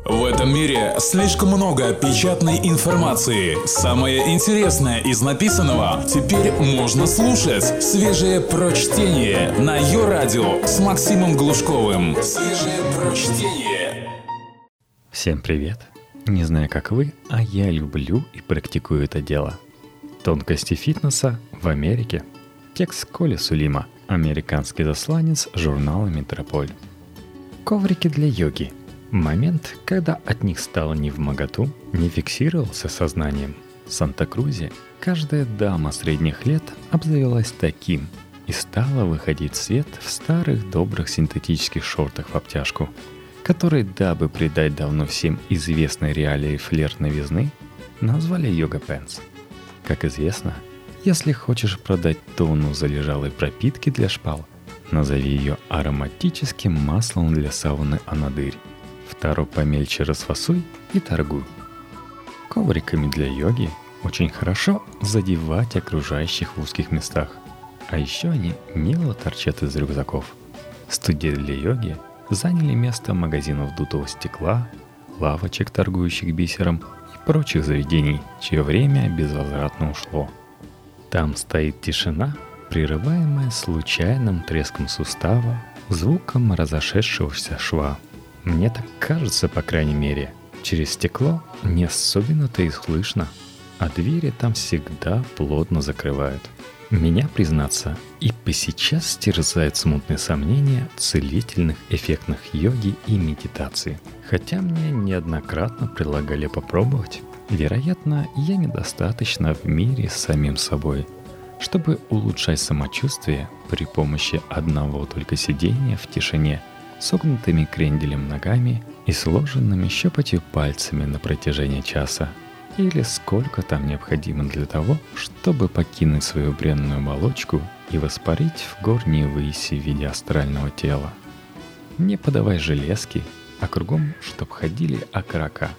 В этом мире слишком много печатной информации. Самое интересное из написанного теперь можно слушать. Свежее прочтение на Йо-Радио с Максимом Глушковым. Свежее прочтение. Всем привет! Не знаю, как вы, а я люблю и практикую это дело. Тонкости фитнеса в Америке. Текст Коли Сулима, американский засланец журнала «Метрополь». Коврики для йоги. Момент, когда от них стало невмоготу, не фиксировался сознанием. В Санта-Крузе каждая дама средних лет обзавелась таким и стала выходить в свет в старых добрых синтетических шортах в обтяжку, которые, дабы придать давно всем известной реалии флер новизны, назвали йога-пэнтс. Как известно, если хочешь продать тонну залежалой пропитки для шпал, назови ее ароматическим маслом для сауны Анадырь. Второй помельче расфасуй и торгуй. Ковриками для йоги очень хорошо задевать окружающих в узких местах, а еще они мило торчат из рюкзаков. Студии для йоги заняли место магазинов дутого стекла, лавочек, торгующих бисером, и прочих заведений, чье время безвозвратно ушло. Там стоит тишина, прерываемая случайным треском сустава, звуком разошедшегося шва. Мне так кажется, по крайней мере. Через стекло не особенно-то и слышно, а двери там всегда плотно закрывают. Меня, признаться, и посейчас терзают смутные сомнения в целительных эффектах йоги и медитации. Хотя мне неоднократно предлагали попробовать. Вероятно, я недостаточно в мире с самим собой, чтобы улучшать самочувствие при помощи одного только сидения в тишине, согнутыми кренделем ногами и сложенными щепотью пальцами на протяжении часа, или сколько там необходимо для того, чтобы покинуть свою бренную оболочку и воспарить в горние выси в виде астрального тела. Не подавай железки, а кругом, чтоб ходили окорока.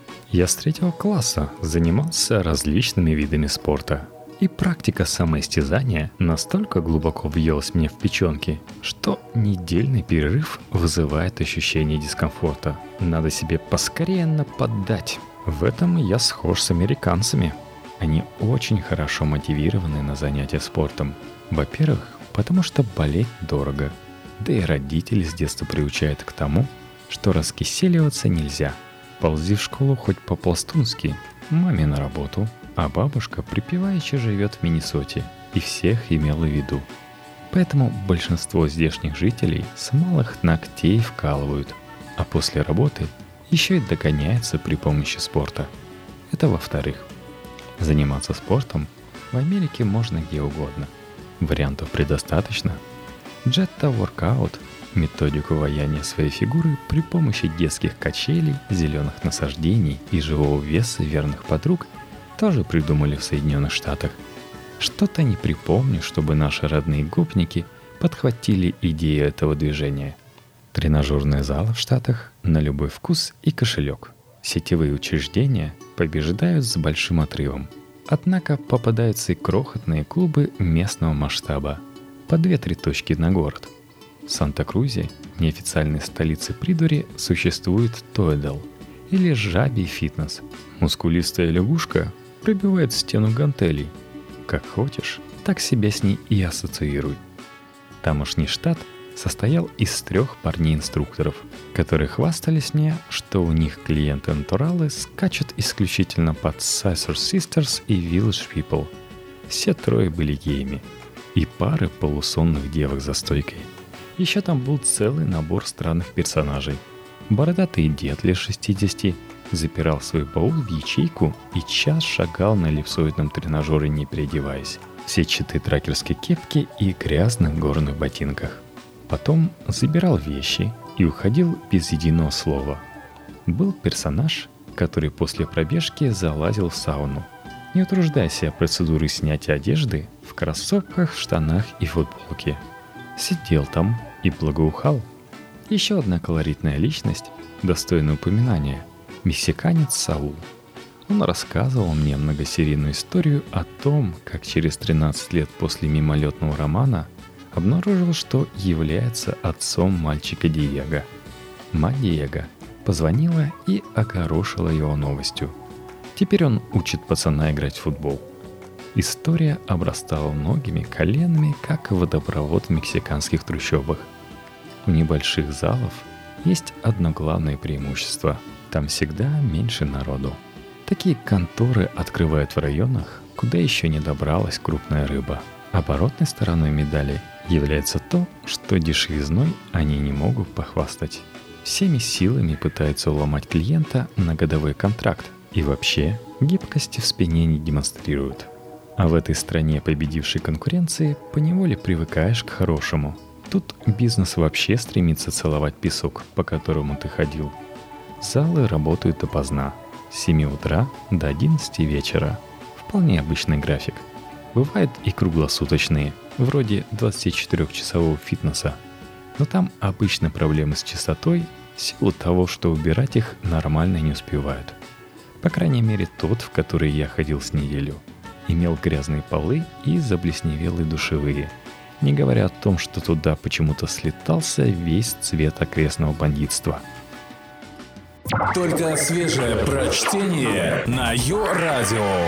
Я с 3 класса занимался различными видами спорта, и практика самоистязания настолько глубоко въелась мне в печенки, что недельный перерыв вызывает ощущение дискомфорта. Надо себе поскорее нападать. В этом я схож с американцами. Они очень хорошо мотивированы на занятия спортом. Во-первых, потому что болеть дорого. Да и родители с детства приучают к тому, что раскиселиваться нельзя. Ползи в школу хоть по-пластунски, маме на работу, а бабушка припеваючи живет в Миннесоте и всех имела в виду. Поэтому большинство здешних жителей с малых ногтей вкалывают, а после работы еще и догоняются при помощи спорта. Это во-вторых. Заниматься спортом в Америке можно где угодно. Вариантов предостаточно. Джетта воркаут, методику ваяния своей фигуры при помощи детских качелей, зеленых насаждений и живого веса верных подруг тоже придумали в Соединенных Штатах. Что-то не припомню, чтобы наши родные гопники подхватили идею этого движения. Тренажерные залы в Штатах на любой вкус и кошелек. Сетевые учреждения побеждают с большим отрывом. Однако попадаются и крохотные клубы местного масштаба, по 2-3 точки на город. В Санта-Крузе, неофициальной столице придури, существует Тойдл или жабий фитнес. Мускулистая лягушка пробивает стену гантелей. Как хочешь, так себя с ней и ассоциируй. Тамошний штат состоял из 3 парней-инструкторов, которые хвастались мне, что у них клиенты-натуралы скачут исключительно под Scissor Sisters и Village People. Все 3 были геями. И пары полусонных девок за стойкой. Еще там был целый набор странных персонажей. Бородатый дед лет 60 запирал свой баул в ячейку и час шагал на эллипсоидном тренажере, не переодеваясь, в сетчатой тракерской кепке и грязных горных ботинках. Потом забирал вещи и уходил без единого слова. Был персонаж, который после пробежки залазил в сауну, не утруждая себя процедурой снятия одежды, в кроссовках, штанах и футболке. Сидел там и благоухал. Еще одна колоритная личность, достойная упоминания – мексиканец Саул. Он рассказывал мне многосерийную историю о том, как через 13 лет после мимолетного романа обнаружил, что является отцом мальчика Диего. Мать Диего Позвонила и огорошила его новостью. Теперь он учит пацана играть в футбол. История обрастала многими коленами, как водопровод в мексиканских трущобах. У небольших залов есть одно главное преимущество. Там всегда меньше народу. Такие конторы открывают в районах, куда еще не добралась крупная рыба. Оборотной стороной медали является то, что дешевизной они не могут похвастать. Всеми силами пытаются уломать клиента на годовой контракт и вообще гибкости в спине не демонстрируют. А в этой стране победившей конкуренции поневоле привыкаешь к хорошему. Тут бизнес вообще стремится целовать песок, по которому ты ходил. Залы работают допоздна, с 7 утра до 11 вечера. Вполне обычный график. Бывают и круглосуточные, вроде 24-часового фитнеса. Но там обычно проблемы с чистотой в силу того, что убирать их нормально не успевают. По крайней мере, тот, в который я ходил с неделю, имел грязные полы и заплесневелые душевые. Не говоря о том, что туда почему-то слетался весь цвет окрестного бандитства. Только свежее прочтение на Йо-Радио.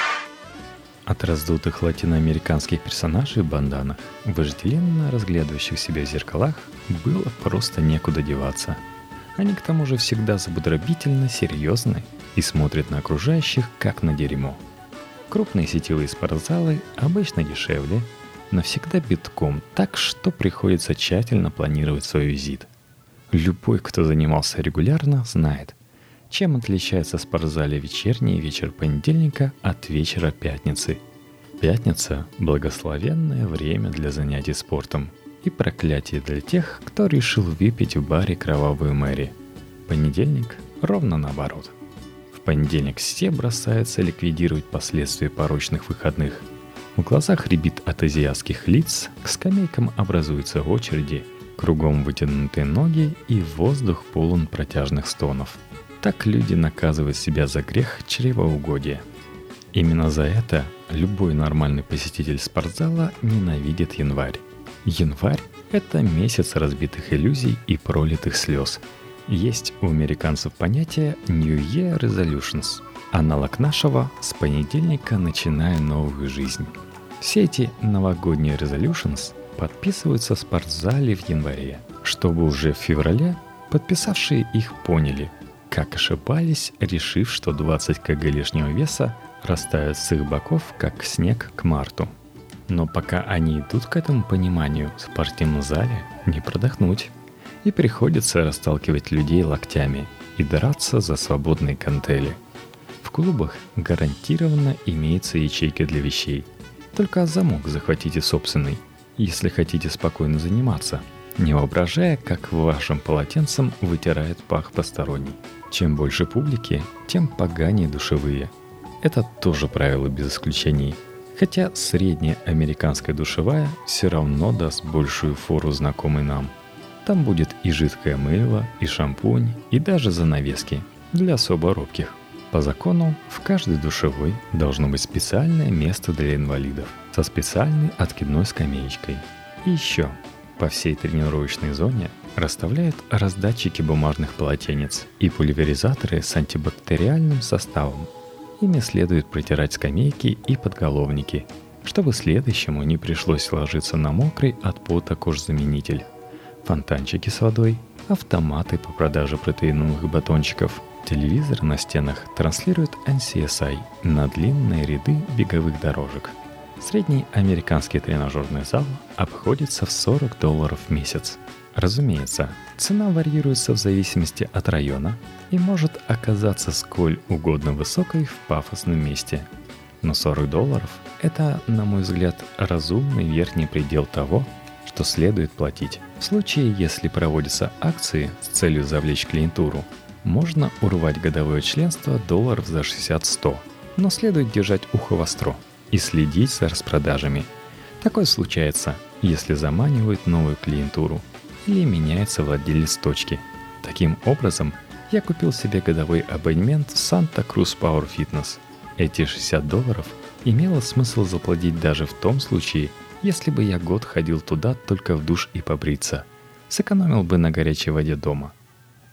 От раздутых латиноамериканских персонажей в банданах, вожделенно разглядывающих себя в зеркалах, было просто некуда деваться. Они к тому же всегда зубодробительно серьезны и смотрят на окружающих как на дерьмо. Крупные сетевые спортзалы обычно дешевле, но всегда битком, так что приходится тщательно планировать свой визит. Любой, кто занимался регулярно, знает, чем отличается в спортзале вечерний вечер понедельника от вечера пятницы. Пятница – благословенное время для занятий спортом и проклятие для тех, кто решил выпить в баре кровавую Мэри. Понедельник – ровно наоборот. В понедельник все бросаются ликвидировать последствия порочных выходных. В глазах рябит от азиатских лиц, к скамейкам образуются очереди, кругом вытянутые ноги и воздух полон протяжных стонов. Так люди наказывают себя за грех чревоугодия. Именно за это любой нормальный посетитель спортзала ненавидит январь. Январь – это месяц разбитых иллюзий и пролитых слез. Есть у американцев понятие New Year Resolutions, аналог нашего «с понедельника начинаю новую жизнь». Все эти новогодние resolutions подписываются в спортзале в январе, чтобы уже в феврале подписавшие их поняли, как ошибались, решив, что 20 кг лишнего веса растают с их боков, как снег к марту. Но пока они идут к этому пониманию, в спортивном зале не продохнуть. И приходится расталкивать людей локтями и драться за свободные гантели. В клубах гарантированно имеются ячейки для вещей. Только замок захватите собственный, если хотите спокойно заниматься, не воображая, как вашим полотенцем вытирает пах посторонний. Чем больше публики, тем поганее душевые. Это тоже правило без исключений. Хотя средняя американская душевая все равно даст большую фору знакомой нам. Там будет и жидкое мыло, и шампунь, и даже занавески для особо робких. По закону, в каждой душевой должно быть специальное место для инвалидов со специальной откидной скамеечкой. И еще, по всей тренировочной зоне расставляют раздатчики бумажных полотенец и пульверизаторы с антибактериальным составом. Ими следует протирать скамейки и подголовники, чтобы следующему не пришлось ложиться на мокрый от пота кожзаменитель. Фонтанчики с водой, автоматы по продаже протеиновых батончиков, телевизор на стенах транслирует NCSI на длинные ряды беговых дорожек. Средний американский тренажерный зал обходится в $40 в месяц. Разумеется, цена варьируется в зависимости от района и может оказаться сколь угодно высокой в пафосном месте. Но $40 – это, на мой взгляд, разумный верхний предел того, что следует платить. В случае, если проводятся акции с целью завлечь клиентуру, можно урвать годовое членство долларов за 60-100, но следует держать ухо востро и следить за распродажами. Такое случается, если заманивают новую клиентуру или меняется владелец точки. Таким образом, я купил себе годовой абонемент в Santa Cruz Power Fitness. Эти $60 имело смысл заплатить даже в том случае, если бы я год ходил туда только в душ и побриться. Сэкономил бы на горячей воде дома.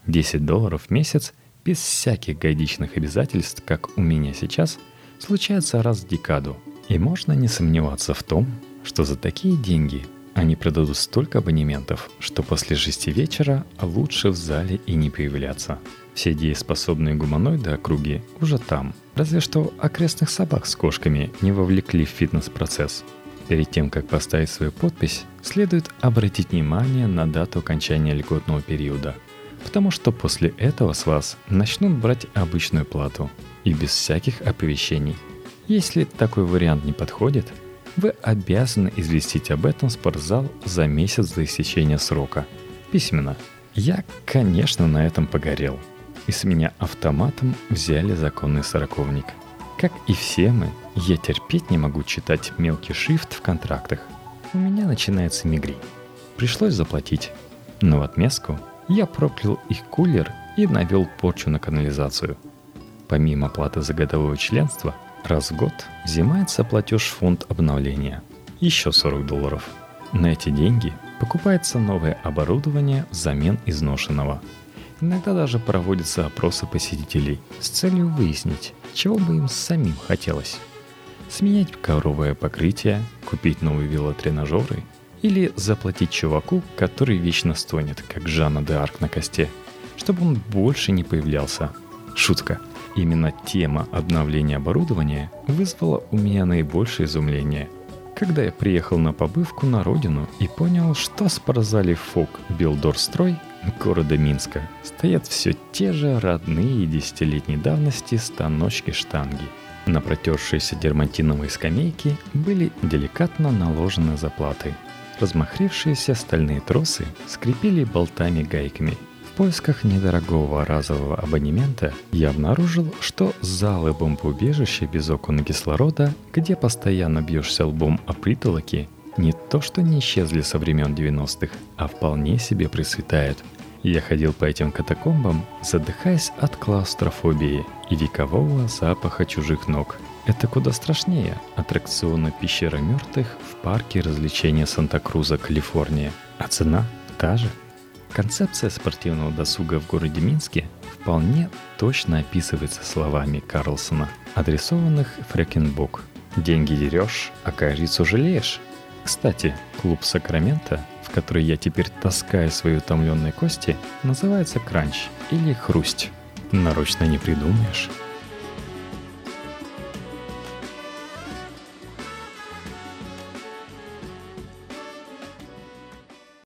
$10 в месяц без всяких годичных обязательств, как у меня сейчас, случается раз в декаду. И можно не сомневаться в том, что за такие деньги они продадут столько абонементов, что после 6 вечера лучше в зале и не появляться. Все дееспособные гуманоиды округи уже там, разве что окрестных собак с кошками не вовлекли в фитнес-процесс. Перед тем, как поставить свою подпись, следует обратить внимание на дату окончания льготного периода, потому что после этого с вас начнут брать обычную плату и без всяких оповещений. Если такой вариант не подходит, вы обязаны известить об этом спортзал за месяц до истечения срока. Письменно. Я, конечно, на этом погорел. И с меня автоматом взяли законный сороковник. Как и все мы, я терпеть не могу читать мелкий шрифт в контрактах. У меня начинается мигрень. Пришлось заплатить. Но в отместку я проклял их кулер и навел порчу на канализацию. Помимо платы за годовое членство, раз в год взимается платеж в фонд обновления. Еще $40. На эти деньги покупается новое оборудование взамен изношенного. Иногда даже проводятся опросы посетителей с целью выяснить, чего бы им самим хотелось. Сменять ковровое покрытие, купить новые велотренажеры или заплатить чуваку, который вечно стонет, как Жанна д'Арк на косте, чтобы он больше не появлялся. Шутка. Именно тема обновления оборудования вызвала у меня наибольшее изумление, когда я приехал на побывку на родину и понял, что в спортзале ФОК Белдорстрой города Минска стоят все те же родные 10-летней давности станочки-штанги. На протершиеся дерматиновые скамейки были деликатно наложены заплаты. Размахрившиеся стальные тросы скрепили болтами-гайками. В поисках недорогого разового абонемента я обнаружил, что залы бомбоубежища без окон и кислорода, где постоянно бьешься лбом о притолоки, не то что не исчезли со времен 90-х, а вполне себе процветают. Я ходил по этим катакомбам, задыхаясь от клаустрофобии и векового запаха чужих ног. Это куда страшнее аттракциона «Пещера мертвых» в парке развлечения Санта-Круза, Калифорния. А цена та же. Концепция спортивного досуга в городе Минске вполне точно описывается словами Карлсона, адресованных Фрэкенбок. «Деньги дерешь, а корицу жалеешь». Кстати, клуб Сакраменто, в который я теперь таскаю свои утомленные кости, называется «Кранч» или «Хрусть». Нарочно не придумаешь.